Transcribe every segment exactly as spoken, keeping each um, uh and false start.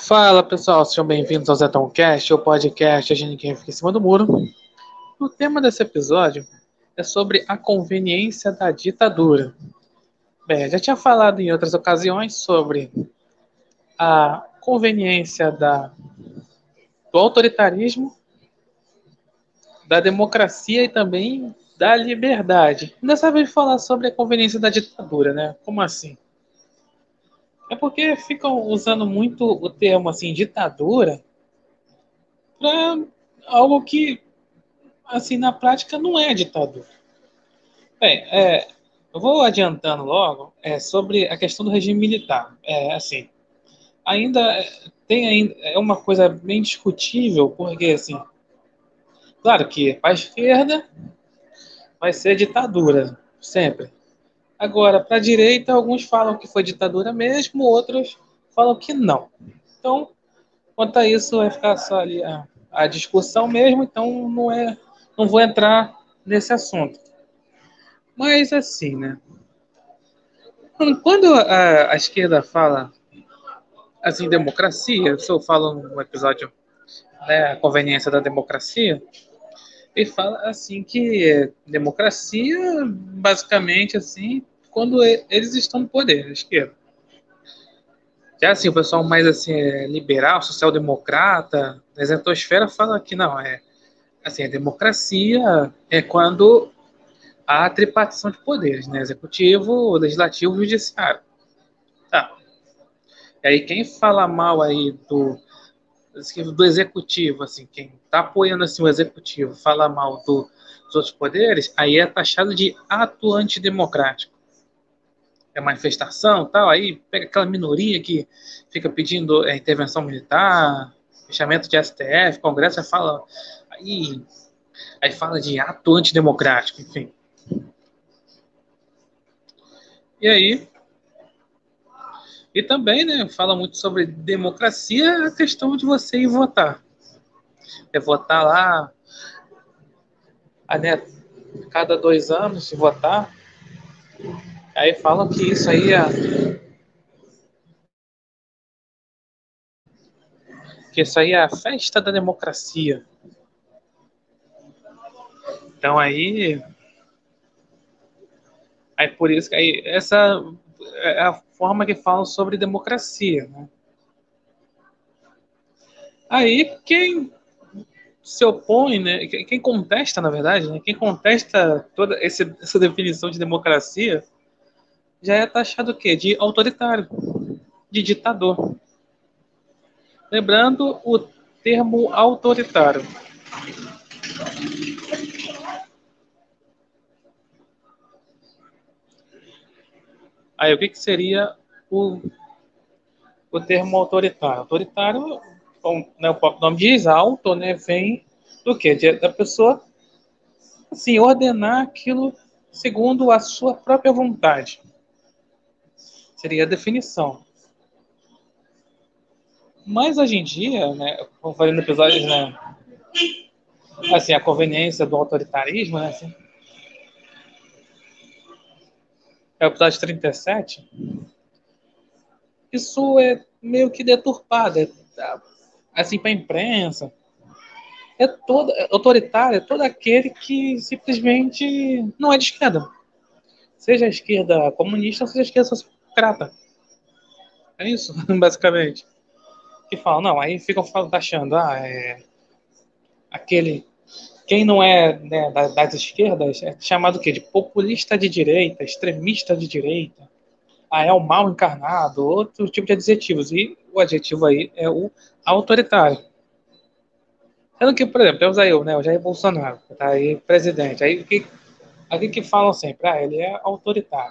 Fala pessoal, sejam bem-vindos ao Zetãocast, o podcast de Ninguém Fica em Cima do Muro. O tema desse episódio é sobre a conveniência da ditadura. Bem, eu já tinha falado em outras ocasiões sobre a conveniência da, do autoritarismo, da democracia e também da liberdade. Dessa vez falar sobre a conveniência da ditadura, né? Como assim? É porque ficam usando muito o termo assim, ditadura, para algo que assim, na prática não é ditadura. Bem, é, eu vou adiantando logo é, sobre a questão do regime militar. É, assim, ainda tem ainda, é uma coisa bem discutível, porque, assim, claro que para a esquerda vai ser ditadura, sempre. Agora, para a direita, alguns falam que foi ditadura mesmo, outros falam que não. Então, quanto a isso, vai ficar só ali a, a discussão mesmo, então não, é, não vou entrar nesse assunto. Mas, assim, né? Quando a, a esquerda fala assim, democracia, se eu falo no episódio, né, a conveniência da democracia, ele fala assim que democracia, basicamente assim, quando eles estão no poder, a esquerda. Já assim, o pessoal mais assim, é liberal, social-democrata, a exatosfera fala que não, é assim, a democracia é quando há a tripartição de poderes, né? Executivo, legislativo e judiciário. Tá. E aí quem fala mal aí do, do executivo, assim, quem está apoiando assim, o executivo fala mal do, dos outros poderes, aí é taxado de ato antidemocrático. É manifestação tal, aí pega aquela minoria que fica pedindo é, intervenção militar, fechamento de S T F, Congresso, aí fala, aí, aí fala de ato antidemocrático, enfim. E aí, e também, né, fala muito sobre democracia, a questão de você ir votar. É votar lá, a, né, cada dois anos, se votar. Aí falam que isso aí é, que isso aí é a festa da democracia. Então aí, aí por isso que aí, essa é a forma que falam sobre democracia, né? Aí quem se opõe, né? Quem contesta, na verdade, né? Quem contesta toda esse, essa definição de democracia já é taxado o quê? De autoritário, de ditador. Lembrando o termo autoritário. Aí o que, que seria o, o termo autoritário? Autoritário, como, né, o próprio nome diz, auto, né, vem do quê? De, da pessoa assim, ordenar aquilo segundo a sua própria vontade. Seria a definição. Mas hoje em dia, né, como falei no episódio, né, assim, a conveniência do autoritarismo, né, assim, é o episódio trinta e sete, isso é meio que deturpado, é, assim, para a imprensa. É todo é autoritário, é todo aquele que simplesmente não é de esquerda. Seja a esquerda comunista ou seja a esquerda social-democrata. É isso, basicamente. Que falam, não, aí ficam achando, ah, é aquele. Quem não é né, das esquerdas é chamado o quê? De populista de direita, extremista de direita. Ah, é o mal encarnado, outro tipo de adjetivos. E o adjetivo aí é o autoritário. Sendo que, por exemplo, temos aí o, né, o Jair Bolsonaro, que tá aí presidente. Aí o que, aí que falam sempre? Ah, ele é autoritário.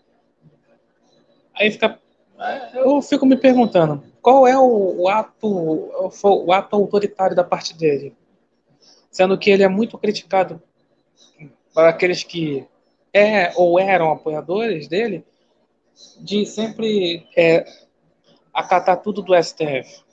Aí fica. Eu fico me perguntando, qual é o, o ato, o, o ato autoritário da parte dele? Sendo que ele é muito criticado para aqueles que é ou eram apoiadores dele, de sempre é, acatar tudo do S T F.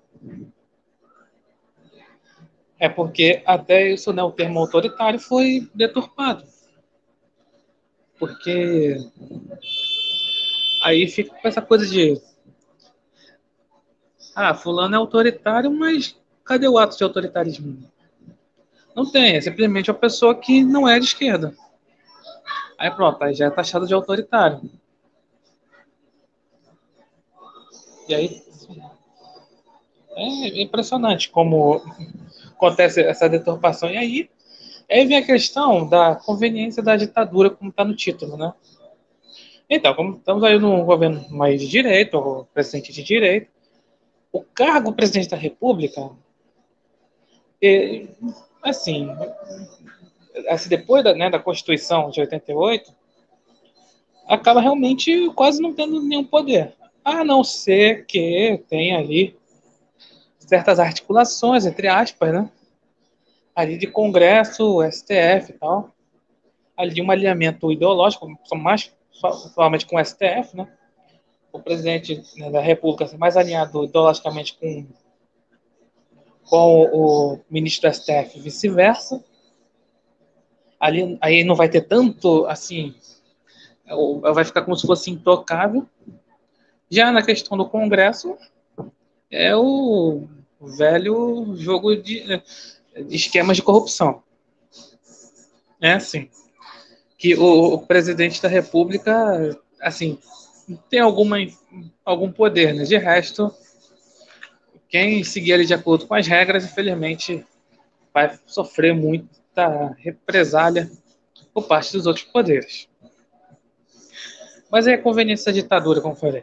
É porque até isso, né, o termo autoritário foi deturpado. Porque aí fica com essa coisa de Ah, fulano é autoritário, mas cadê o ato de autoritarismo? Não tem, é simplesmente uma pessoa que não é de esquerda. Aí pronto, aí já é taxado de autoritário. E aí é impressionante como acontece essa deturpação. E aí, aí vem a questão da conveniência da ditadura, como está no título, né? Então, como estamos aí num governo mais de direita, o presidente de direita, o cargo presidente da República, é, assim, assim, depois da, né, da Constituição de oitenta e oito, acaba realmente quase não tendo nenhum poder. A não ser que tenha ali certas articulações, entre aspas, né? Ali de Congresso, S T F e tal. Ali um alinhamento ideológico, mais somente com o S T F, né? O presidente, né, da República ser mais alinhado ideologicamente com, com o ministro do S T F e vice-versa. Ali, aí não vai ter tanto, assim, vai ficar como se fosse intocável. Já na questão do Congresso, é o velho jogo de, de esquemas de corrupção. É assim, que o, o presidente da República, assim, tem alguma, algum poder, né? De resto, quem seguir ali de acordo com as regras, infelizmente, vai sofrer muita represália por parte dos outros poderes. Mas é a conveniência da ditadura, como eu falei.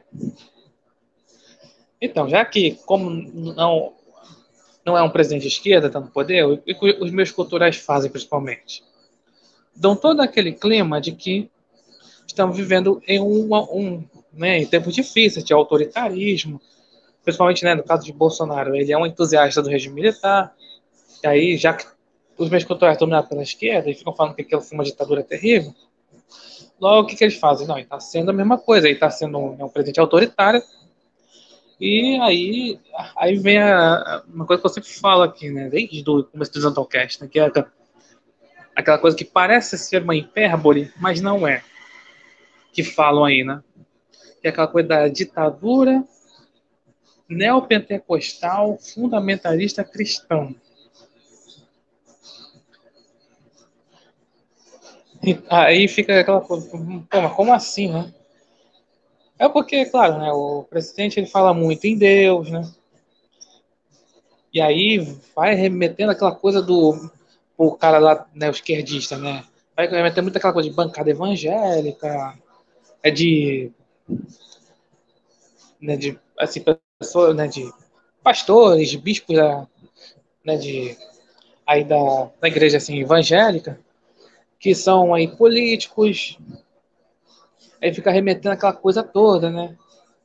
Então, já que, como não, não é um presidente de esquerda, está no poder, o que os meus culturais fazem, principalmente? Dão todo aquele clima de que estamos vivendo em um, um né, em tempos difíceis de autoritarismo, principalmente, né, no caso de Bolsonaro, ele é um entusiasta do regime militar, e aí, já que os meus culturais dominados pela esquerda e ficam falando que aquilo foi uma ditadura terrível, logo o que, que eles fazem? Não, ele está sendo a mesma coisa, ele está sendo um, é um presidente autoritário, e aí, aí vem a, uma coisa que eu sempre falo aqui, né, desde o começo do Zantocast, né, que é aquela coisa que parece ser uma hipérbole, mas não é, que falam aí, né? Que é aquela coisa da ditadura neopentecostal fundamentalista cristão. E aí fica aquela coisa, pô, mas como assim, né? É porque, claro, né, o presidente ele fala muito em Deus, né? E aí vai remetendo aquela coisa do o cara lá, né, o esquerdista, né? Vai remetendo muito aquela coisa de bancada evangélica, é de, né, de assim, pessoas, né, de pastores, de bispos, né, de aí da, da igreja assim evangélica, que são aí políticos, aí fica remetendo aquela coisa toda, né?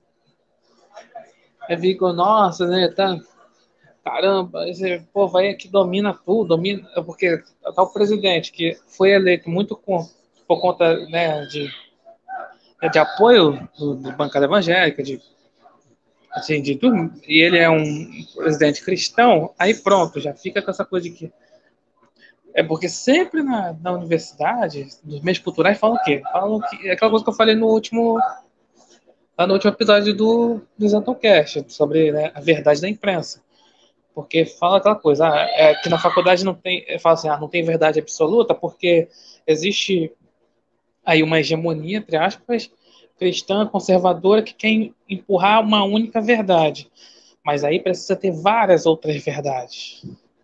Aí fica, nossa, né, tá, caramba, esse povo aí que domina tudo, domina, porque tá o presidente que foi eleito muito com, por conta, né, de, de apoio do, do bancada evangélica, de, assim, de tudo, e ele é um presidente cristão, aí pronto, já fica com essa coisa de que é porque sempre na, na universidade, nos meios culturais, falam o quê? Falam que é aquela coisa que eu falei no último, lá no último episódio do, do Zantocast, sobre, né, a verdade da imprensa. Porque fala aquela coisa, ah, é, que na faculdade não tem, fala assim, ah, não tem verdade absoluta, porque existe aí uma hegemonia, entre aspas, cristã, conservadora, que quer empurrar uma única verdade. Mas aí precisa ter várias outras verdades.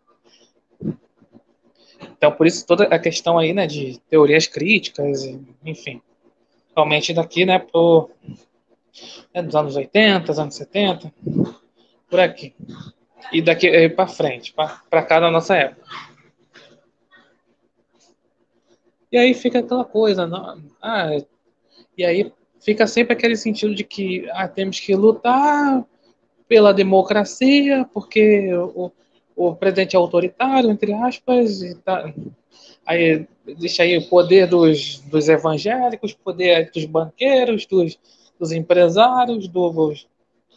Então, por isso, toda a questão aí, né, de teorias críticas, enfim. Realmente daqui, né, pro, né, dos anos oitenta, anos setenta, por aqui. E daqui para frente, para cá da nossa época. E aí fica aquela coisa, não, ah, e aí fica sempre aquele sentido de que ah, temos que lutar pela democracia, porque o, o presidente é autoritário, entre aspas, e tá, aí deixa aí o poder dos, dos evangélicos, poder dos banqueiros, dos, dos empresários, dos,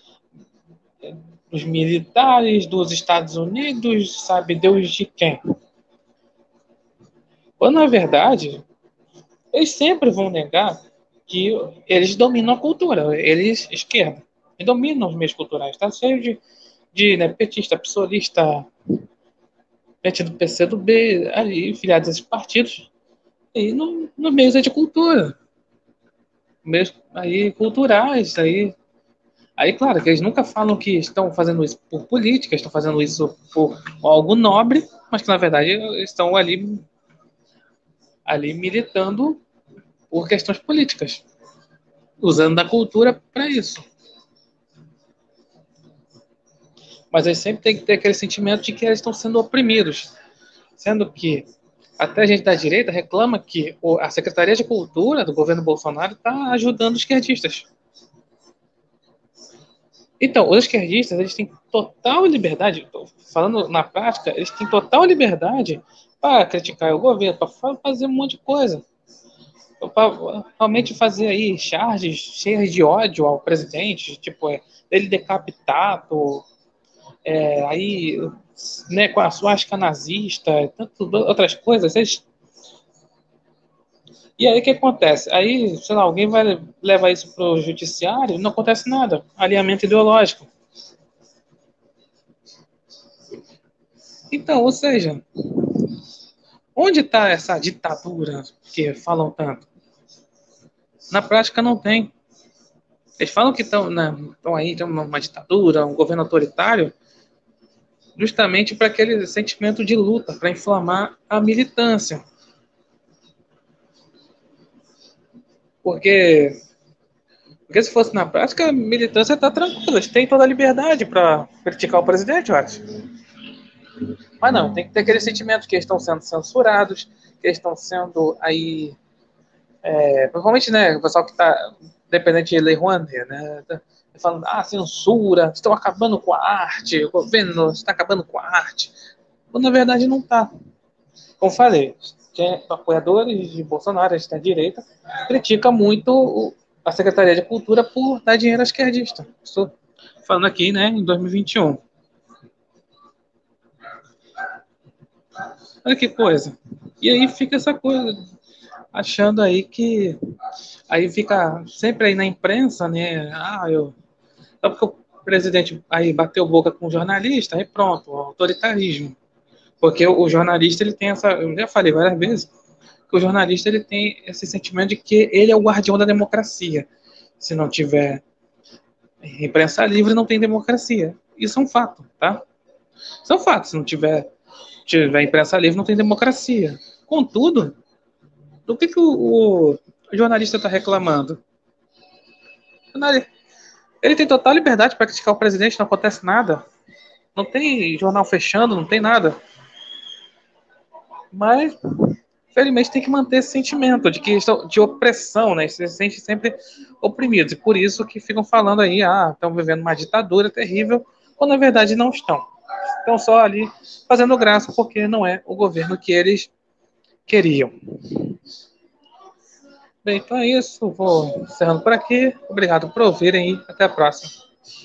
dos militares, dos Estados Unidos, sabe Deus de quem. Quando, na verdade, eles sempre vão negar que eles dominam a cultura, eles, esquerda, e dominam os meios culturais. Está cheio de, de né, petista, psolista, gente do P C do B, ali, filiados a esses partidos, e no, no meio de cultura, meios aí culturais, aí, aí, claro, que eles nunca falam que estão fazendo isso por política, estão fazendo isso por algo nobre, mas que na verdade estão ali, ali militando por questões políticas, usando da cultura para isso. Mas eles sempre têm que ter aquele sentimento de que eles estão sendo oprimidos, sendo que até a gente da direita reclama que a Secretaria de Cultura do governo Bolsonaro está ajudando os esquerdistas. Então, os esquerdistas, eles têm total liberdade, falando na prática, eles têm total liberdade para criticar o governo, para fazer um monte de coisa. Para realmente fazer aí charges cheias de ódio ao presidente, tipo, é, ele decapitado, é, aí, né, com a suástica nazista, tanto outras coisas, eles. E aí o que acontece? Aí, sei lá, alguém vai levar isso para o judiciário, não acontece nada. Alinhamento ideológico. Então, ou seja, onde está essa ditadura que falam tanto? Na prática não tem. Eles falam que estão né, aí, tem uma ditadura, um governo autoritário, justamente para aquele sentimento de luta, para inflamar a militância. Porque, porque se fosse na prática, a militância está tranquila, eles têm toda a liberdade para criticar o presidente, eu acho. Mas não, tem que ter aquele sentimento que eles estão sendo censurados, que eles estão sendo aí. É, provavelmente, né, o pessoal que está dependente de Lei Rouanet, né? Tá falando, ah, censura, estão acabando com a arte, o governo está acabando com a arte. Quando na verdade não está. Como falei, tem apoiadores de Bolsonaro, da direita, critica muito a Secretaria de Cultura por dar dinheiro à esquerdista. Estou falando aqui, né, em dois mil e vinte e um. Olha que coisa. E aí fica essa coisa, achando aí que aí fica sempre aí na imprensa, né? Ah, eu só porque o presidente aí bateu boca com o jornalista, aí pronto, autoritarismo. Porque o, o jornalista ele tem essa, eu já falei várias vezes, que o jornalista ele tem esse sentimento de que ele é o guardião da democracia. Se não tiver imprensa livre, não tem democracia. Isso é um fato, tá? Isso é um fato. Se não tiver tiver imprensa livre, não tem democracia. Contudo, do que, que o, o jornalista está reclamando? Ele tem total liberdade para criticar o presidente, não acontece nada. Não tem jornal fechando, não tem nada. Mas, infelizmente, tem que manter esse sentimento de que de opressão, né? Se sente sempre oprimidos. E por isso que ficam falando aí, ah, estão vivendo uma ditadura terrível, quando na verdade não estão. Estão só ali fazendo graça porque não é o governo que eles queriam. Bem, então é isso. Vou encerrando por aqui. Obrigado por ouvirem e até a próxima.